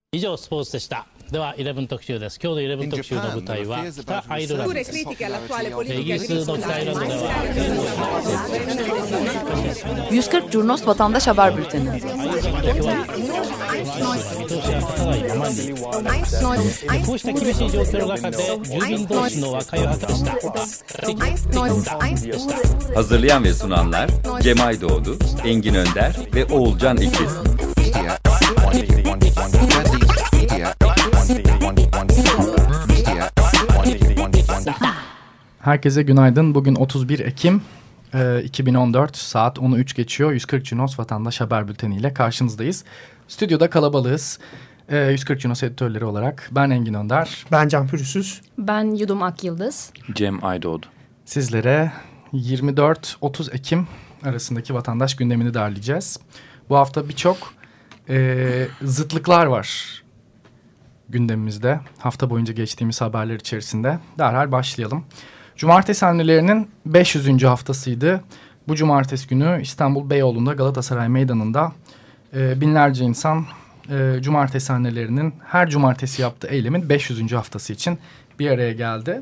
以上スポーツでした。では11特集です。今日の11特集の舞台は北アイルランドです。イギリスの北アイルランドでは 140 Curnos Vatandaş Haber Bülteni. Hazırlayan ve sunanlar Cem Aydoğdu, Engin Önder ve Oğulcan İkiz. Herkese günaydın. Bugün 31 Ekim 2014 saat 10'u 3 geçiyor. 140 Cunos Vatandaş Haber Bülteni ile karşınızdayız. Stüdyoda kalabalığız. 140 Cunos editörleri olarak ben Engin Önder. Ben Can Pürüzsüz. Ben Yudum Akyıldız. Cem Aydoğdu. Sizlere 24-30 Ekim arasındaki vatandaş gündemini derleyeceğiz. Bu hafta birçok zıtlıklar var gündemimizde. Hafta boyunca geçtiğimiz haberler içerisinde. Derhal başlayalım. Cumartesi annelerinin 500. haftasıydı. Bu cumartesi günü İstanbul Beyoğlu'nda Galatasaray Meydanı'nda binlerce insan cumartesi annelerinin her cumartesi yaptığı eylemin 500. haftası için bir araya geldi.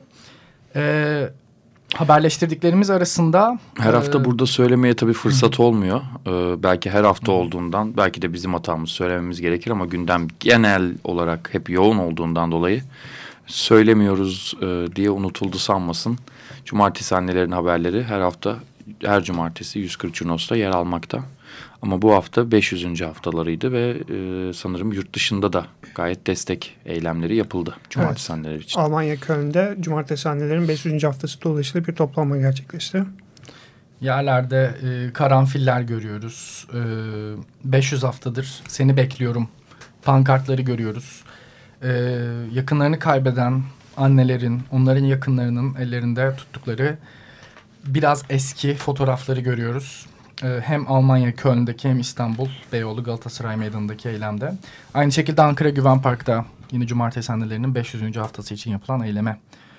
Haberleştirdiklerimiz arasında... Her hafta burada söylemeye tabii fırsat olmuyor. Belki her hafta olduğundan, belki de bizim hatamız söylememiz gerekir ama gündem genel olarak hep yoğun olduğundan dolayı söylemiyoruz diye unutuldu sanmasın. Cumartesi annelerin haberleri her hafta, her cumartesi 140 Cunos'ta yer almakta. Ama bu hafta 500. haftalarıydı ve sanırım yurt dışında da gayet destek eylemleri yapıldı cumartesi anneleri için. Almanya Köln'de cumartesi annelerin 500. haftası dolayısıyla bir toplanma gerçekleşti. Yerlerde karanfiller görüyoruz. 500 haftadır seni bekliyorum pankartları görüyoruz. Yakınlarını kaybeden annelerin, onların yakınlarının ellerinde tuttukları biraz eski fotoğrafları görüyoruz. Hem Almanya Köln'deki hem İstanbul Beyoğlu Galatasaray Meydanı'ndaki eylemde. Aynı şekilde Ankara Güven Park'ta yine cumartesi annelerinin 500. haftası için yapılan eyleme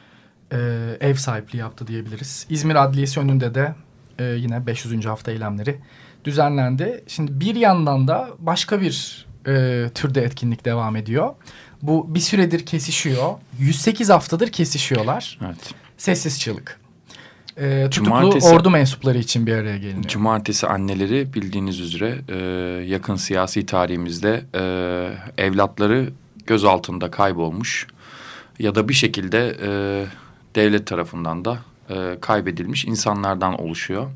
ev sahipliği yaptı diyebiliriz. İzmir Adliyesi önünde de yine 500. hafta eylemleri düzenlendi. Şimdi bir yandan da başka bir türde etkinlik devam ediyor. Bu bir süredir kesişiyor. 108 haftadır kesişiyorlar. Evet. Sessiz çığlık. Tutuklu ordu mensupları için bir araya geliniyor. Cumartesi anneleri bildiğiniz üzere yakın siyasi tarihimizde evlatları gözaltında kaybolmuş ya da bir şekilde devlet tarafından da kaybedilmiş insanlardan oluşuyor.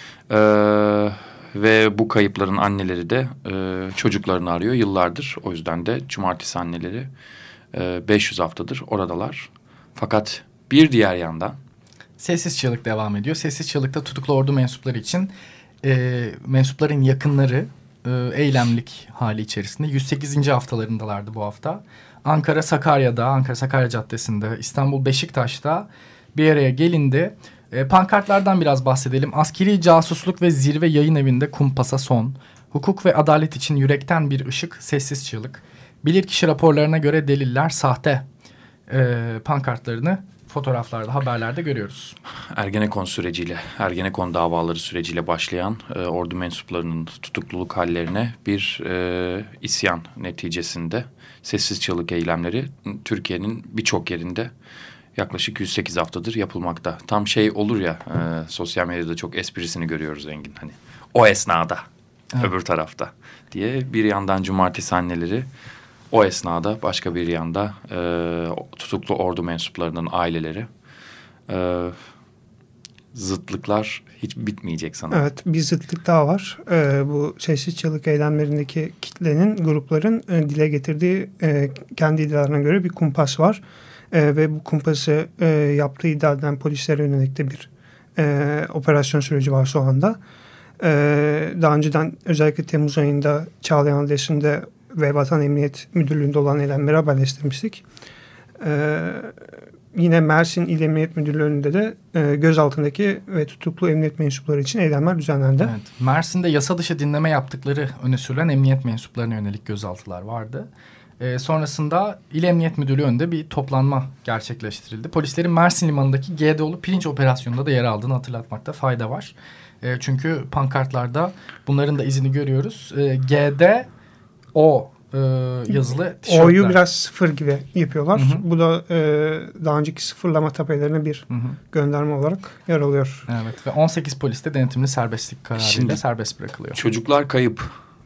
Ve bu kayıpların anneleri de çocuklarını arıyor yıllardır. O yüzden de cumartesi anneleri 500 haftadır oradalar. Fakat bir diğer yandan sessiz çığlık devam ediyor. Sessiz çığlıkta tutuklu ordu mensupları için mensupların yakınları eylemlik hali içerisinde 108. haftalarındalardı bu hafta. Ankara Sakarya'da, Ankara Sakarya Caddesi'nde, İstanbul Beşiktaş'ta bir araya gelindi. Pankartlardan biraz bahsedelim. Askeri casusluk ve zirve yayın evinde kumpasa son. Hukuk ve adalet için yürekten bir ışık, sessiz çığlık. Bilirkişi raporlarına göre deliller sahte pankartlarını fotoğraflarda, haberlerde görüyoruz. Ergenekon süreciyle, Ergenekon davaları süreciyle başlayan ordu mensuplarının tutukluluk hallerine bir isyan neticesinde sessiz çığlık eylemleri Türkiye'nin birçok yerinde yaklaşık 108 haftadır yapılmakta. Tam şey olur ya, sosyal medyada çok esprisini görüyoruz Engin. Hani o esnada, evet, öbür tarafta diye bir yandan cumartesi anneleri, o esnada başka bir yanda tutuklu ordu mensuplarının aileleri, zıtlıklar hiç bitmeyecek sanırım. Evet, bir zıtlık daha var. Bu sessiz çığlık eylemlerindeki kitlenin, grupların dile getirdiği kendi iddialarına göre bir kumpas var. Ve bu kumpası yaptığı iddia edilen polislere yönelik de bir operasyon süreci var şu anda. Daha önceden özellikle Temmuz ayında Çağlayan Adliyesi'nde ve Vatan Emniyet Müdürlüğü'nde olan eylemleri haberleştirmiştik. Yine Mersin İl Emniyet Müdürlüğü'nde de gözaltındaki ve tutuklu emniyet mensupları için eylemler düzenlendi. Evet, Mersin'de yasa dışı dinleme yaptıkları öne sürülen emniyet mensuplarına yönelik gözaltılar vardı. Sonrasında İl Emniyet Müdürlüğü önünde bir toplanma gerçekleştirildi. Polislerin Mersin Limanı'ndaki GDO'lu pirinç operasyonunda da yer aldığını hatırlatmakta fayda var. Çünkü pankartlarda bunların da izini görüyoruz. GDO yazılı tişörtler. O'yu biraz sıfır gibi yapıyorlar. Bu da daha önceki sıfırlama tapelerine bir gönderme olarak yer alıyor. Evet ve 18 polis de denetimli serbestlik kararıyla serbest bırakılıyor. Çocuklar kayıp.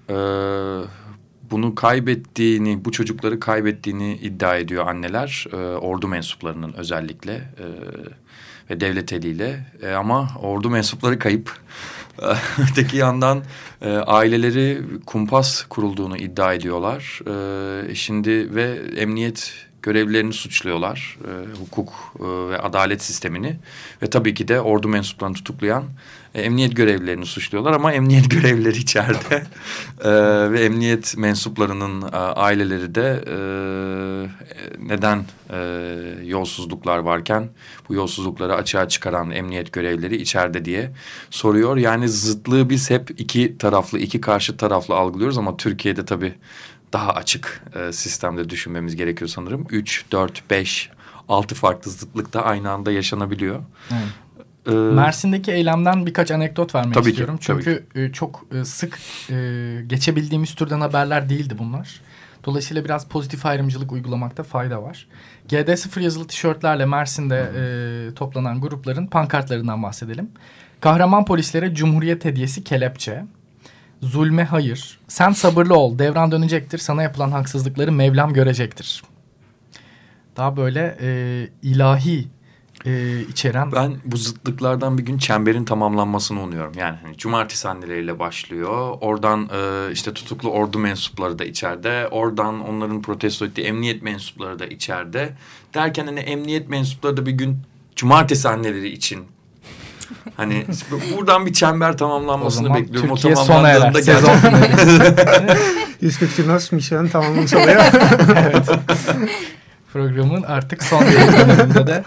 Bu çocukları kaybettiğini iddia ediyor anneler. Ordu mensuplarının özellikle ve devlet eliyle. Ama ordu mensupları kayıp. Öteki yandan aileleri kumpas kurulduğunu iddia ediyorlar. Şimdi ve emniyet görevlilerini suçluyorlar. Hukuk ve adalet sistemini. Ve tabii ki de ordu mensuplarını tutuklayan emniyet görevlilerini suçluyorlar. Ama emniyet görevlileri içeride. Ve emniyet mensuplarının aileleri de neden yolsuzluklar varken bu yolsuzlukları açığa çıkaran emniyet görevlileri içeride diye soruyor. Yani zıtlığı biz hep iki karşı taraflı algılıyoruz ama Türkiye'de tabii daha açık sistemde düşünmemiz gerekiyor sanırım. 3, 4, 5, 6 farklı zıtlık da aynı anda yaşanabiliyor. Mersin'deki eylemden birkaç anekdot vermek istiyorum. Çünkü çok sık geçebildiğimiz türden haberler değildi bunlar. Dolayısıyla biraz pozitif ayrımcılık uygulamakta fayda var. GD0 yazılı tişörtlerle Mersin'de toplanan grupların pankartlarından bahsedelim. Kahraman polislere Cumhuriyet hediyesi kelepçe. Zulme hayır. Sen sabırlı ol. Devran dönecektir. Sana yapılan haksızlıkları Mevlam görecektir. Daha böyle ilahi içeren. Ben bu zıtlıklardan bir gün çemberin tamamlanmasını umuyorum. Yani hani cumartesi anneleriyle başlıyor. Oradan işte tutuklu ordu mensupları da içeride. Oradan onların protesto ettiği emniyet mensupları da içeride. Derken hani emniyet mensupları da bir gün cumartesi anneleri için hani buradan bir çember tamamlanmasını bekliyorum. Türkiye sona erer. Sezon finali. 140 Yunus Michelin tamamlamış oluyor. Evet. Programın artık son bölümünde de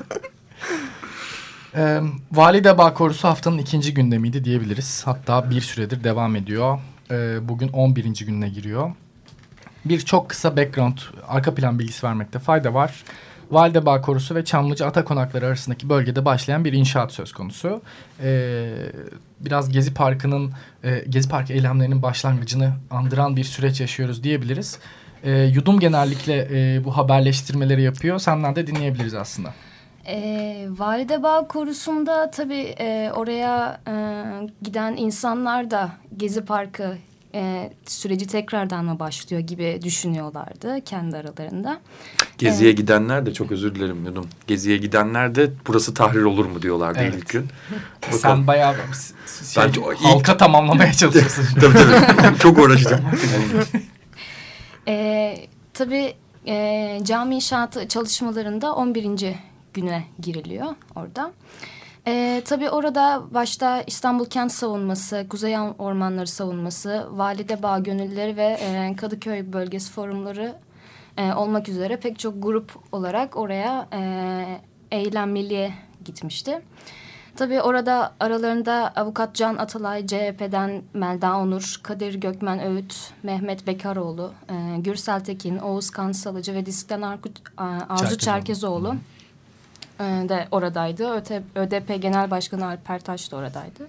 Validebağ Korusu haftanın 2. gündemiydi diyebiliriz. Hatta bir süredir devam ediyor. Bugün 11. gününe giriyor. Bir çok kısa background, arka plan bilgisi vermekte fayda var. Validebağ Korusu ve Çamlıca Ata Konakları arasındaki bölgede başlayan bir inşaat söz konusu. Biraz Gezi Parkı eylemlerinin başlangıcını andıran bir süreç yaşıyoruz diyebiliriz. Yudum genellikle bu haberleştirmeleri yapıyor. Senden de dinleyebiliriz aslında. Validebağ Korusu'nda tabii oraya giden insanlar da Gezi Parkı süreci tekrardan mı başlıyor gibi düşünüyorlardı kendi aralarında. Geziye gidenler de çok özür dilerim Yudum. Geziye gidenler de burası tahrir olur mu diyorlardı ilk gün. Sen bayağı halka tamamlamaya çalışıyorsun. Tabii. Çok uğraşacağım. Tabii cami inşaatı çalışmalarında 11. güne giriliyor orada. Tabii orada başta İstanbul Kent Savunması, Kuzey Ormanları Savunması, Validebağ Gönüllüleri ve Kadıköy Bölgesi Forumları olmak üzere pek çok grup olarak oraya eylemliğe gitmişti. Tabii orada aralarında Avukat Can Atalay, CHP'den Melda Onur, Kadir Gökmen Öğüt, Mehmet Bekaroğlu, Gürsel Tekin, Oğuz Kansalıcı ve Diskten Arzu Çerkezoğlu de oradaydı. ÖDP Genel Başkanı Alper Taş da oradaydı.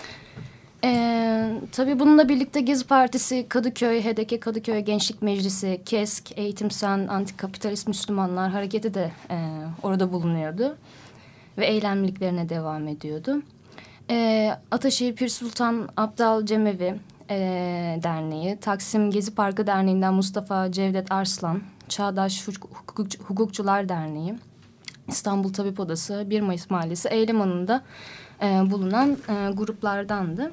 Tabii bununla birlikte Gezi Partisi, Kadıköy, HDK Kadıköy Gençlik Meclisi, KESK, Eğitim Sen, Antikapitalist Müslümanlar Hareketi de orada bulunuyordu. Ve eylemliklerine devam ediyordu. Ataşehir Pir Sultan Abdal Cemevi Derneği, Taksim Gezi Parkı Derneği'nden Mustafa Cevdet Arslan, Çağdaş Hukukçular Derneği, İstanbul Tabip Odası, 1 Mayıs Mahallesi eylem alanında bulunan gruplardandı.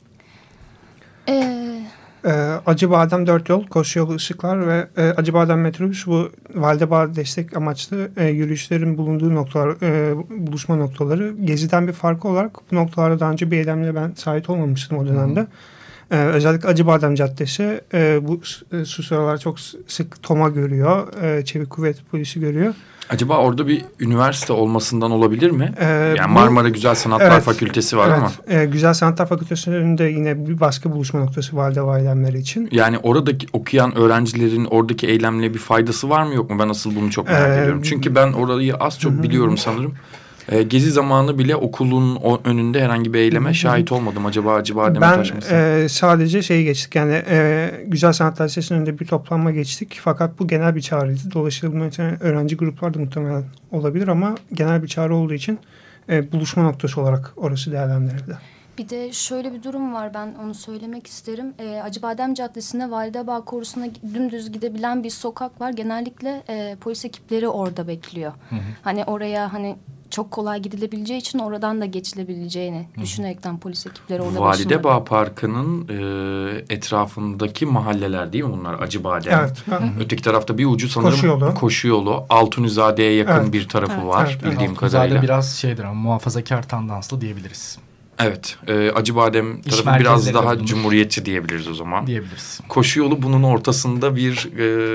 Acıbadem 4 yol, Koşuyolu Işıklar ve Acıbadem Metrobüs bu Validebağ destek amaçlı yürüyüşlerin bulunduğu noktalar, buluşma noktaları. Gezi'den bir farkı olarak bu noktalarda daha önce bir eylemle ben şahit olmamıştım o dönemde. Özellikle Acıbadem Caddesi bu sıralar çok sık TOMA görüyor, Çevik Kuvvet Polisi görüyor. Acaba orada bir üniversite olmasından olabilir mi? Yani Marmara Güzel Sanatlar Fakültesi var ama. Güzel Sanatlar Fakültesi'nin de yine bir başka buluşma noktası Validebağ eylemleri için. Yani oradaki okuyan öğrencilerin oradaki eylemle bir faydası var mı yok mu? Ben asıl bunu çok merak ediyorum. Çünkü ben orayı az çok biliyorum sanırım. Gezi zamanı bile okulun önünde herhangi bir eyleme şahit olmadım. Acaba Acıbadem'e taşmışsın? Ben sadece şeyi geçtik. Yani Güzel Sanatlar Lisesi'nin önünde bir toplanma geçtik. Fakat bu genel bir çağrıydı. Dolayısıyla bunun öğrenci grupları da muhtemelen olabilir ama genel bir çağrı olduğu için buluşma noktası olarak orası değerlendirildi. Bir de şöyle bir durum var, ben onu söylemek isterim. Acıbadem Caddesi'nde Validebağ Korusu'na dümdüz gidebilen bir sokak var. Genellikle polis ekipleri orada bekliyor. Hı hı. Hani oraya çok kolay gidilebileceği için oradan da geçilebileceğini düşünerekten polis ekipleri orada başında. Validebağ Parkı'nın etrafındaki mahalleler değil mi bunlar? Acıbadem. Evet. Öteki tarafta bir ucu sanırım koşu yolu. Altunizade'ye yakın bir tarafı var bildiğim kadarıyla. Altunizade'de biraz şeydir ama muhafazakar tandanslı diyebiliriz. Evet. Acıbadem tarafı biraz daha cumhuriyetçi diyebiliriz o zaman. Diyebiliriz. Koşu yolu bunun ortasında bir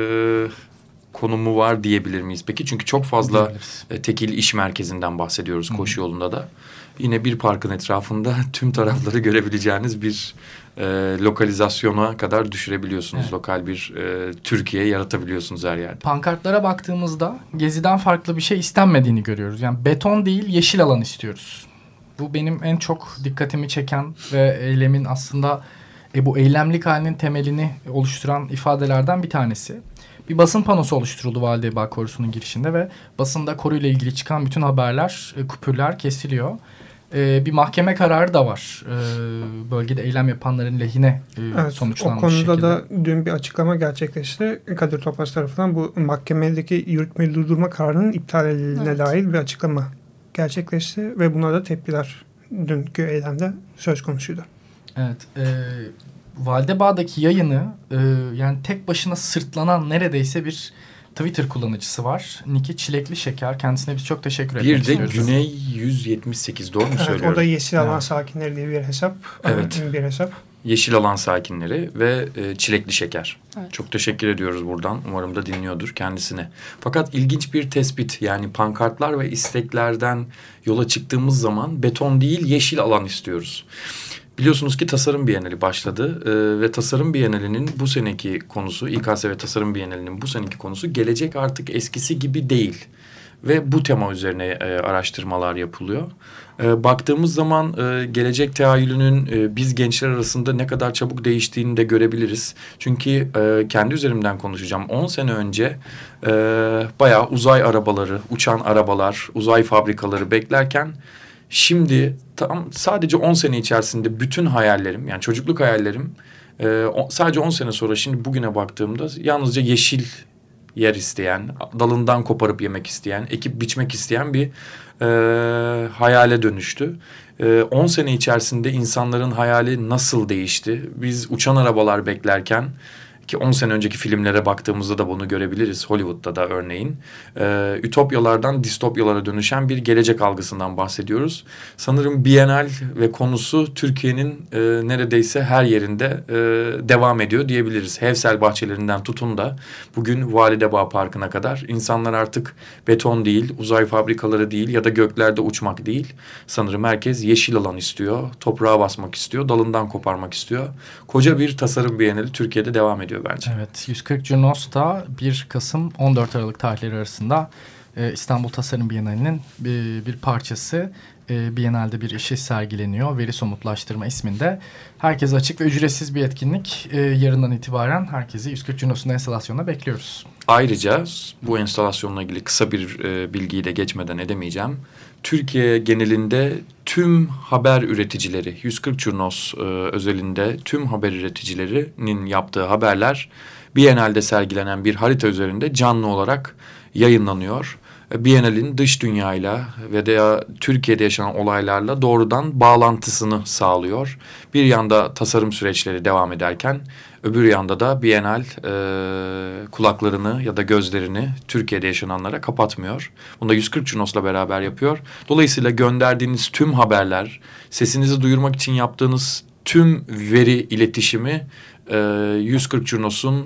konumu var diyebilir miyiz peki? Çünkü çok fazla tekil iş merkezinden bahsediyoruz koşu yolunda da. Yine bir parkın etrafında tüm tarafları görebileceğiniz bir lokalizasyona kadar düşürebiliyorsunuz. Evet. Lokal bir Türkiye yaratabiliyorsunuz her yerde. Pankartlara baktığımızda Gezi'den farklı bir şey istenmediğini görüyoruz. Yani beton değil, yeşil alan istiyoruz. Bu benim en çok dikkatimi çeken ve eylemin aslında bu eylemlik halinin temelini oluşturan ifadelerden bir tanesi. Bir basın panosu oluşturuldu Validebağ Korusu'nun girişinde ve basında koruyla ilgili çıkan bütün haberler, kupürler kesiliyor. Bir mahkeme kararı da var. Bölgede eylem yapanların lehine sonuçlanmış şekilde. O konuda da dün bir açıklama gerçekleşti. Kadir Topbaş tarafından bu mahkemedeki yürütmeyi durdurma kararının iptal edildiğine dair bir açıklama gerçekleşti ve buna da tepkiler dünkü eylemde söz konusuydu. Evet. Validebağ'daki yayını yani tek başına sırtlanan neredeyse bir Twitter kullanıcısı var. Nick'i Çilekli Şeker. Kendisine biz çok teşekkür etmek istiyoruz. Bir de Güney 178 doğru mu söylüyorum? O da Yeşil Alan Sakinleri diye bir hesap. Evet. Bir hesap. Yeşil Alan Sakinleri ve Çilekli Şeker. Evet. Çok teşekkür ediyoruz buradan. Umarım da dinliyordur kendisine. Fakat ilginç bir tespit, yani pankartlar ve isteklerden yola çıktığımız zaman beton değil yeşil alan istiyoruz. Biliyorsunuz ki Tasarım Bienali başladı ve Tasarım Bienali'nin bu seneki konusu, İKSV Tasarım Bienali'nin bu seneki konusu gelecek artık eskisi gibi değil. Ve bu tema üzerine araştırmalar yapılıyor. Baktığımız zaman gelecek tehayyülünün biz gençler arasında ne kadar çabuk değiştiğini de görebiliriz. Çünkü kendi üzerimden konuşacağım. 10 sene önce bayağı uzay arabaları, uçan arabalar, uzay fabrikaları beklerken şimdi tam sadece 10 sene içerisinde bütün hayallerim, yani çocukluk hayallerim sadece 10 sene sonra şimdi bugüne baktığımda yalnızca yeşil yer isteyen, dalından koparıp yemek isteyen, ekip biçmek isteyen bir hayale dönüştü. 10 sene içerisinde insanların hayali nasıl değişti? Biz uçan arabalar beklerken, ki 10 sene önceki filmlere baktığımızda da bunu görebiliriz. Hollywood'da da örneğin. Ütopyalardan distopyalara dönüşen bir gelecek algısından bahsediyoruz. Sanırım Bienal ve konusu Türkiye'nin neredeyse her yerinde devam ediyor diyebiliriz. Hevsel bahçelerinden tutun da bugün Validebağ Parkı'na kadar insanlar artık beton değil, uzay fabrikaları değil ya da göklerde uçmak değil. Sanırım herkes yeşil alan istiyor, toprağa basmak istiyor, dalından koparmak istiyor. Koca bir tasarım Bienali Türkiye'de devam ediyor bence. Evet, 140 Junos'ta 1 Kasım 14 Aralık tarihleri arasında İstanbul Tasarım Bienali'nin bir parçası. Bienal'de bir işi sergileniyor. Veri somutlaştırma isminde. Herkese açık ve ücretsiz bir etkinlik. Yarından itibaren herkesi 140 Junos'un enstalasyonuna bekliyoruz. Ayrıca bu enstalasyonla ilgili kısa bir bilgiyi de geçmeden edemeyeceğim. Türkiye genelinde tüm haber üreticileri, 140 Junos özelinde tüm haber üreticilerinin yaptığı haberler Bienal'de sergilenen bir harita üzerinde canlı olarak yayınlanıyor. Bienal'in dış dünyayla ve de Türkiye'de yaşanan olaylarla doğrudan bağlantısını sağlıyor. Bir yanda tasarım süreçleri devam ederken öbür yanda da Bienal kulaklarını ya da gözlerini Türkiye'de yaşananlara kapatmıyor. Bunu da 140 Junos'la beraber yapıyor. Dolayısıyla gönderdiğiniz tüm haberler, sesinizi duyurmak için yaptığınız tüm veri iletişimi 140 Junos'un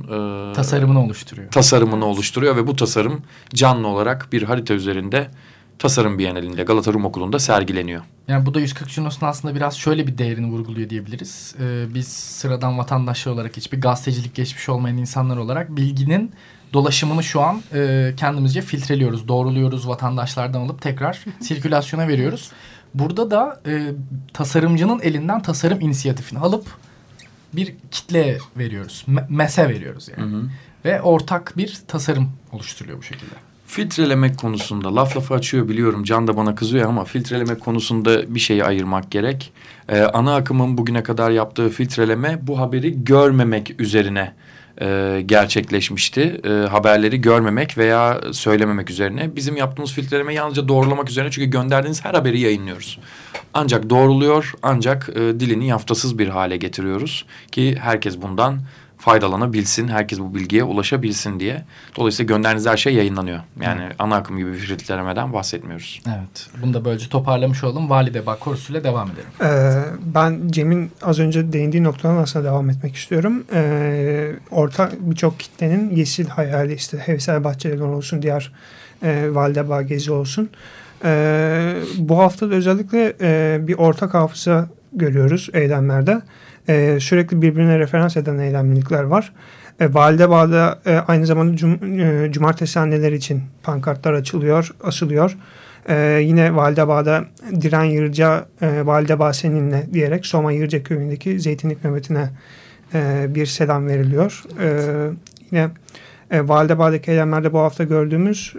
tasarımını oluşturuyor ve bu tasarım canlı olarak bir harita üzerinde Tasarım Bienalinde Galata Rum Okulu'nda sergileniyor. Yani bu da 140 Junos'un aslında biraz şöyle bir değerini vurguluyor diyebiliriz. Biz sıradan vatandaşlar olarak hiçbir gazetecilik geçmiş olmayan insanlar olarak bilginin dolaşımını şu an kendimizce filtreliyoruz, doğruluyoruz, vatandaşlardan alıp tekrar sirkülasyona veriyoruz. Burada da tasarımcının elinden tasarım inisiyatifini alıp bir kitle veriyoruz, MES'e veriyoruz yani. Hı hı. Ve ortak bir tasarım oluşturuluyor bu şekilde. Filtrelemek konusunda laf lafı açıyor biliyorum. Can da bana kızıyor ama filtrelemek konusunda bir şeyi ayırmak gerek. Ana akımın bugüne kadar yaptığı filtreleme bu haberi görmemek üzerine gerçekleşmişti. Haberleri görmemek veya söylememek üzerine. Bizim yaptığımız filtreleme yalnızca doğrulamak üzerine, çünkü gönderdiğiniz her haberi yayınlıyoruz. Ancak doğruluyor, ancak dilini yaftasız bir hale getiriyoruz ki herkes bundan faydalanabilsin, herkes bu bilgiye ulaşabilsin diye. Dolayısıyla gönderdiğiniz her şey yayınlanıyor. Yani ana akım gibi bir filtrelemeden bahsetmiyoruz. Evet. Bunu da böylece toparlamış olalım. Validebağ korusuyla devam edelim. Ben Cem'in az önce değindiği noktadan aslında devam etmek istiyorum. Birçok kitlenin yeşil hayali, işte Hevsel Bahçeleri olsun, diğer Validebağ gezi olsun. Bu hafta da özellikle bir ortak hafıza görüyoruz eylemlerde. Sürekli birbirine referans eden eylemlilikler var. Validebağ'da aynı zamanda cumartesi anneleri için pankartlar asılıyor. Yine Validebağ'da Diren Yırca, Validebağ seninle diyerek Soma Yırca köyündeki zeytinlik nöbetine bir selam veriliyor. Yine Validebağ'daki eylemlerde bu hafta gördüğümüz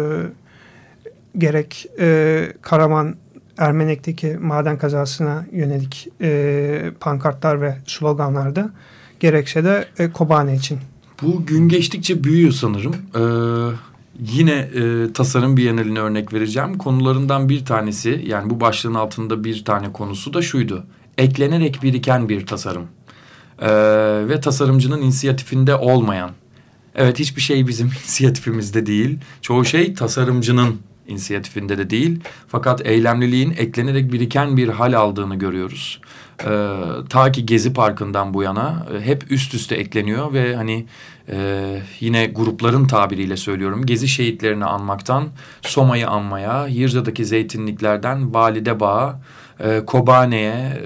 gerek Karaman Ermenek'teki maden kazasına yönelik pankartlar ve sloganlarda, gerekse de Kobane için. Bu gün geçtikçe büyüyor sanırım. Yine tasarım biyeneline örnek vereceğim. Konularından bir tanesi, yani bu başlığın altında bir tane konusu da şuydu: eklenerek biriken bir tasarım. Ve tasarımcının inisiyatifinde olmayan. Evet, hiçbir şey bizim inisiyatifimizde değil. Çoğu şey tasarımcının inisiyatifinde de değil. Fakat eylemliliğin eklenerek biriken bir hal aldığını görüyoruz. Ta ki Gezi Parkı'ndan bu yana hep üst üste ekleniyor ve hani yine grupların tabiriyle söylüyorum, Gezi şehitlerini anmaktan Soma'yı anmaya, Yırca'daki zeytinliklerden Validebağ'a, Kobane'ye,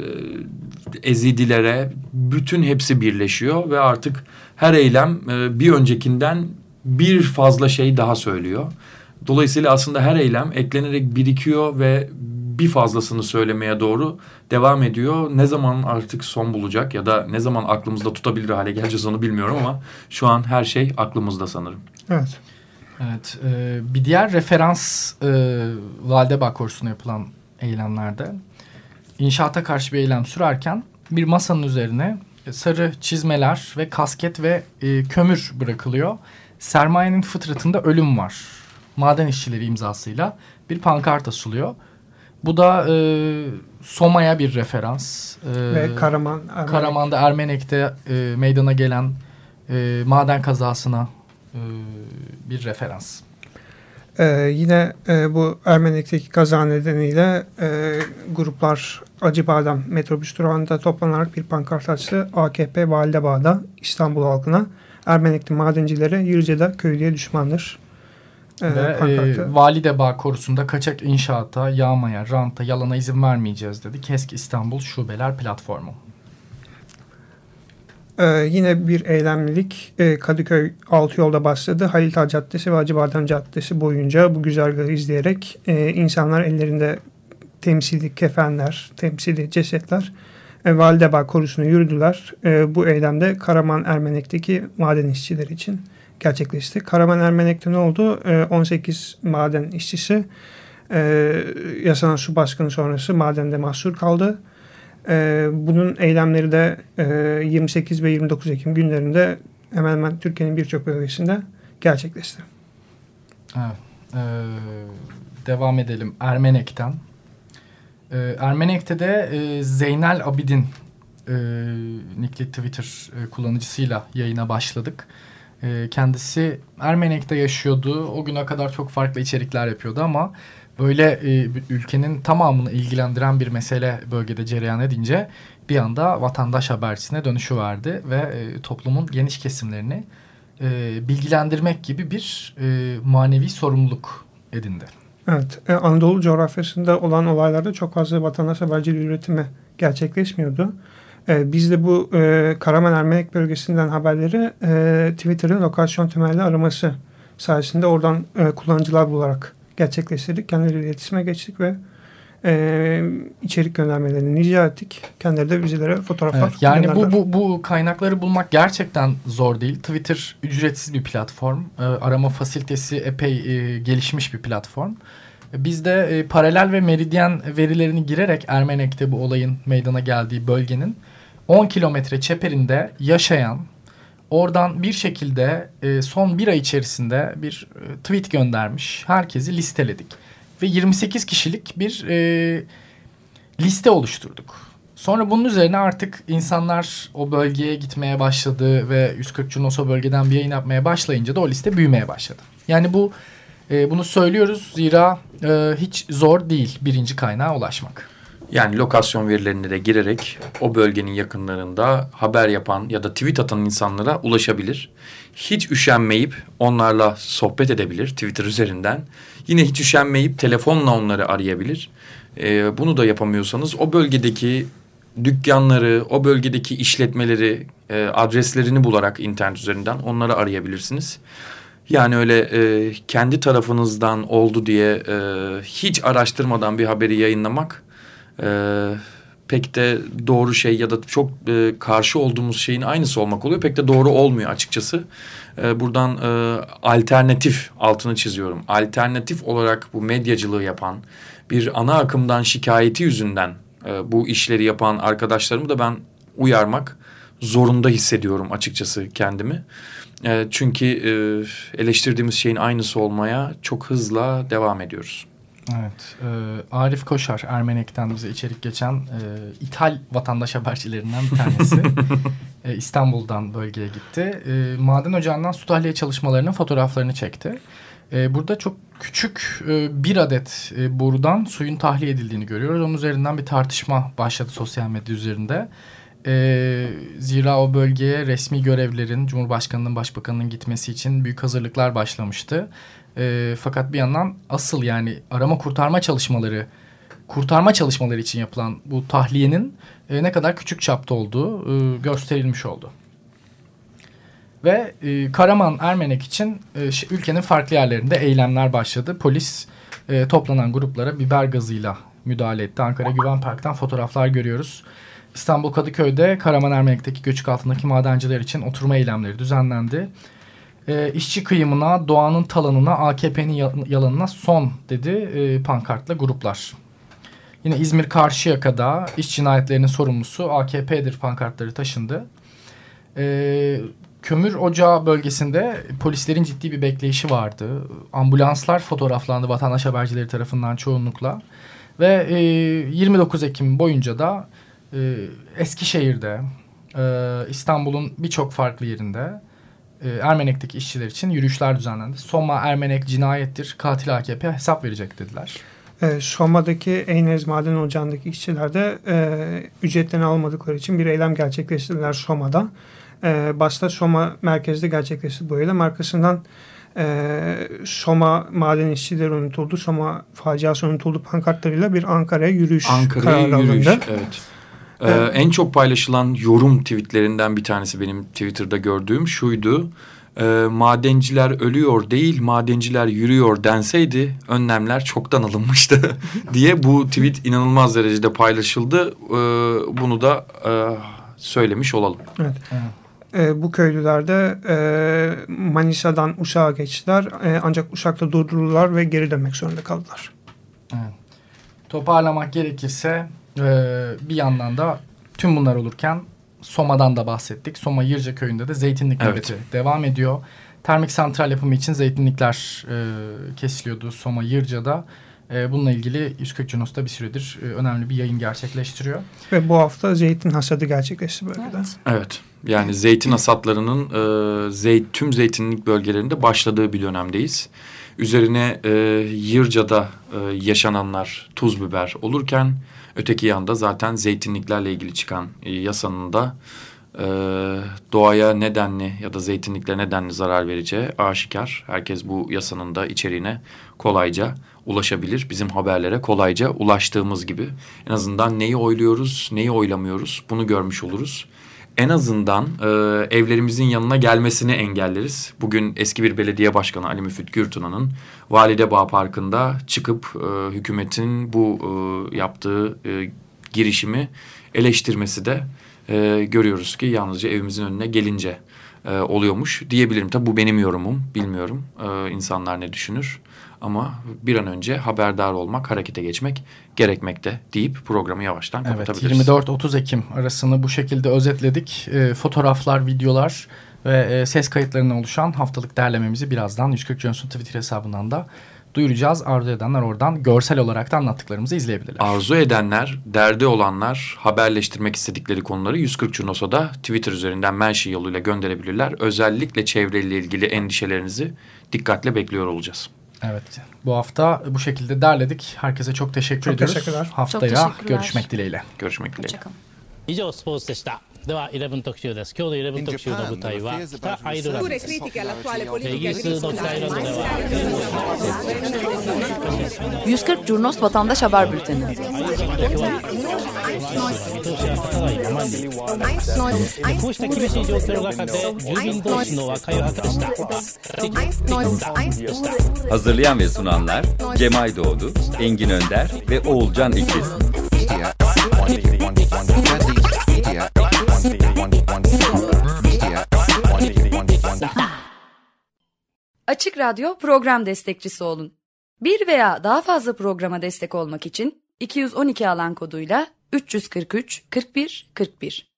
Ezidilere, bütün hepsi birleşiyor ve artık her eylem bir öncekinden bir fazla şey daha söylüyor. Dolayısıyla aslında her eylem eklenerek birikiyor ve bir fazlasını söylemeye doğru devam ediyor. Ne zaman artık son bulacak ya da ne zaman aklımızda tutabilir hale geleceğiz onu bilmiyorum ama şu an her şey aklımızda sanırım. Evet. Evet. Bir diğer referans Validebağ korusuna yapılan eylemlerde inşaata karşı bir eylem sürerken bir masanın üzerine sarı çizmeler ve kasket ve kömür bırakılıyor. Sermayenin fıtratında ölüm var. Maden işçileri imzasıyla bir pankart asılıyor. Bu da Soma'ya bir referans. Ve Karaman'da Ermenek'te meydana gelen maden kazasına bir referans. Yine bu Ermenek'teki kaza nedeniyle gruplar Acıbadem metrobüs durağında toplanarak bir pankart açtı. AKP Validebağ'da İstanbul halkına, Ermenekli madencilere, Yırca'da köylüye düşmandır. Ve Validebağ korusunda kaçak inşaata, yağmaya, ranta, yalana izin vermeyeceğiz dedi. KESK İstanbul Şubeler Platformu. Yine bir eylemlilik Kadıköy Altıyol'da başladı. Halit Ağa Caddesi ve Acıbadem Caddesi boyunca bu güzergahı izleyerek insanlar ellerinde temsili kefenler, temsili cesetler Validebağ korusuna yürüdüler. Bu eylemde Karaman Ermenek'teki maden işçileri için gerçekleşti. Karaman Ermenek'te ne oldu? 18 maden işçisi yaşanan su baskını sonrası madende mahsur kaldı. Bunun eylemleri de 28 ve 29 Ekim günlerinde hemen hemen Türkiye'nin birçok bölgesinde gerçekleşti. Evet. Devam edelim Ermenek'ten. Ermenek'te de Zeynel Abidin nickli Twitter kullanıcısıyla yayına başladık. Kendisi Ermenek'te yaşıyordu. O güne kadar çok farklı içerikler yapıyordu ama böyle ülkenin tamamını ilgilendiren bir mesele bölgede cereyan edince bir anda vatandaş habercisine dönüşüverdi ve toplumun geniş kesimlerini bilgilendirmek gibi bir manevi sorumluluk edindi. Evet, Anadolu coğrafyasında olan olaylarda çok fazla vatandaş haberciliği üretimi gerçekleşmiyordu. Biz de bu Karaman Ermenek bölgesinden haberleri Twitter'ın lokasyon temelli araması sayesinde oradan kullanıcılar bularak gerçekleştirdik. Kendileriyle iletişime geçtik ve içerik göndermelerini rica ettik. Kendileri de bizlere fotoğraflar yani bu kaynakları bulmak gerçekten zor değil. Twitter ücretsiz bir platform. Arama fasilitesi epey gelişmiş bir platform. Biz de paralel ve meridyen verilerini girerek Ermenek'te bu olayın meydana geldiği bölgenin 10 kilometre çeperinde yaşayan, oradan bir şekilde son bir ay içerisinde bir tweet göndermiş herkesi listeledik. Ve 28 kişilik bir liste oluşturduk. Sonra bunun üzerine artık insanlar o bölgeye gitmeye başladı ve 140 Cunos o bölgeden bir yayın yapmaya başlayınca da o liste büyümeye başladı. Yani bunu söylüyoruz zira hiç zor değil birinci kaynağa ulaşmak. Yani lokasyon verilerine de girerek o bölgenin yakınlarında haber yapan ya da tweet atan insanlara ulaşabilir. Hiç üşenmeyip onlarla sohbet edebilir Twitter üzerinden. Yine hiç üşenmeyip telefonla onları arayabilir. Bunu da yapamıyorsanız o bölgedeki dükkanları, o bölgedeki işletmeleri, adreslerini bularak internet üzerinden onları arayabilirsiniz. Yani öyle kendi tarafınızdan oldu diye hiç araştırmadan bir haberi yayınlamak pek de doğru şey ya da çok karşı olduğumuz şeyin aynısı olmak oluyor. Pek de doğru olmuyor açıkçası. Buradan alternatif, altını çiziyorum. Alternatif olarak bu medyacılığı yapan, bir ana akımdan şikayeti yüzünden bu işleri yapan arkadaşlarımı da ben uyarmak zorunda hissediyorum açıkçası kendimi. Çünkü eleştirdiğimiz şeyin aynısı olmaya çok hızla devam ediyoruz. Evet, Arif Koşar Ermenek'ten bize içerik geçen İthal vatandaş habercilerinden bir tanesi. İstanbul'dan bölgeye gitti. Maden ocağından su tahliye çalışmalarının fotoğraflarını çekti. Burada çok küçük bir adet borudan suyun tahliye edildiğini görüyoruz. Onun üzerinden bir tartışma başladı sosyal medya üzerinde. Zira o bölgeye resmi görevlerin, Cumhurbaşkanı'nın, Başbakanı'nın gitmesi için büyük hazırlıklar başlamıştı. Fakat bir yandan asıl yani arama kurtarma çalışmaları için yapılan bu tahliyenin ne kadar küçük çapta olduğu gösterilmiş oldu. Ve Karaman Ermenek için ülkenin farklı yerlerinde eylemler başladı. Polis toplanan gruplara biber gazıyla müdahale etti. Ankara Güven Park'tan fotoğraflar görüyoruz. İstanbul Kadıköy'de Karaman Ermenek'teki göçük altındaki madenciler için oturma eylemleri düzenlendi. İşçi kıyımına, doğanın talanına, AKP'nin yalanına son dedi pankartla gruplar. Yine İzmir Karşıyaka'da iş cinayetlerinin sorumlusu AKP'dir pankartları taşındı. Kömür ocağı bölgesinde polislerin ciddi bir bekleyişi vardı. Ambulanslar fotoğraflandı vatandaş habercileri tarafından çoğunlukla. Ve 29 Ekim boyunca da Eskişehir'de, İstanbul'un birçok farklı yerinde Ermenek'teki işçiler için yürüyüşler düzenlendi. Soma Ermenek cinayettir, katil AKP hesap verecek dediler. Soma'daki Eynez Maden Ocağı'ndaki işçiler de ücretlerini almadıkları için bir eylem gerçekleştirdiler Soma'da. Başta Soma merkezde gerçekleşti bu eylem. Arkasından Soma maden işçileri unutuldu. Soma faciası unutuldu pankartlarıyla bir Ankara'ya yürüyüş kararı alındı. Evet. En çok paylaşılan yorum tweetlerinden bir tanesi benim Twitter'da gördüğüm şuydu. Madenciler ölüyor değil, madenciler yürüyor denseydi önlemler çoktan alınmıştı diye bu tweet inanılmaz derecede paylaşıldı. Bunu da söylemiş olalım. Evet. Bu köylüler de Manisa'dan Uşak'a geçtiler. Ancak Uşak'ta durduruldular ve geri dönmek zorunda kaldılar. Evet. Toparlamak gerekirse bir yandan da tüm bunlar olurken Soma'dan da bahsettik. Soma Yırca köyünde de zeytinlik nöbeti devam ediyor. Termik santral yapımı için zeytinlikler kesiliyordu Soma Yırca'da. Bununla ilgili 140 Cunos'ta bir süredir önemli bir yayın gerçekleştiriyor. Ve bu hafta zeytin hasadı gerçekleşti bölgede. Evet. Yani zeytin hasatlarının tüm zeytinlik bölgelerinde başladığı bir dönemdeyiz. Üzerine Yırca'da yaşananlar tuz biber olurken öteki yanda zaten zeytinliklerle ilgili çıkan yasanın da doğaya nedenli ya da zeytinliklere nedenli zarar vereceği aşikar. Herkes bu yasanın da içeriğine kolayca ulaşabilir. Bizim haberlere kolayca ulaştığımız gibi. En azından neyi oyluyoruz, neyi oylamıyoruz bunu görmüş oluruz. En azından evlerimizin yanına gelmesini engelleriz. Bugün eski bir belediye başkanı Ali Müfit Gürtuna'nın Validebağ Parkı'nda çıkıp hükümetin bu yaptığı girişimi eleştirmesi de görüyoruz ki yalnızca evimizin önüne gelince oluyormuş diyebilirim. Tabii bu benim yorumum, bilmiyorum insanlar ne düşünür. Ama bir an önce haberdar olmak, harekete geçmek gerekmekte deyip programı yavaştan kapatabiliriz. Evet, 24-30 Ekim arasını bu şekilde özetledik. Fotoğraflar, videolar ve ses kayıtlarından oluşan haftalık derlememizi birazdan 140 Johnson Twitter hesabından da duyuracağız. Arzu edenler oradan görsel olarak da anlattıklarımızı izleyebilirler. Arzu edenler, derdi olanlar, haberleştirmek istedikleri konuları 140 Junos'a Twitter üzerinden mention yoluyla gönderebilirler. Özellikle çevreyle ilgili endişelerinizi dikkatle bekliyor olacağız. Evet, bu hafta bu şekilde derledik. Herkese çok teşekkür ediyoruz. Teşekkürler. Haftaya görüşmek dileğiyle. Görüşmek dileğiyle. 以上スポーツでした。では11特集です。今日の11特集の舞台は北アイルランドです。イギリスの北アイルランドでは 140 Curnos Vatandaş Haber Bülteni. Hazırlayan ve sunanlar Cemay Doğdu, Engin Önder ve Oğulcan İkiz. Açık Radyo program destekçisi olun. Bir veya daha fazla programa destek olmak için 212 alan koduyla 343 41 41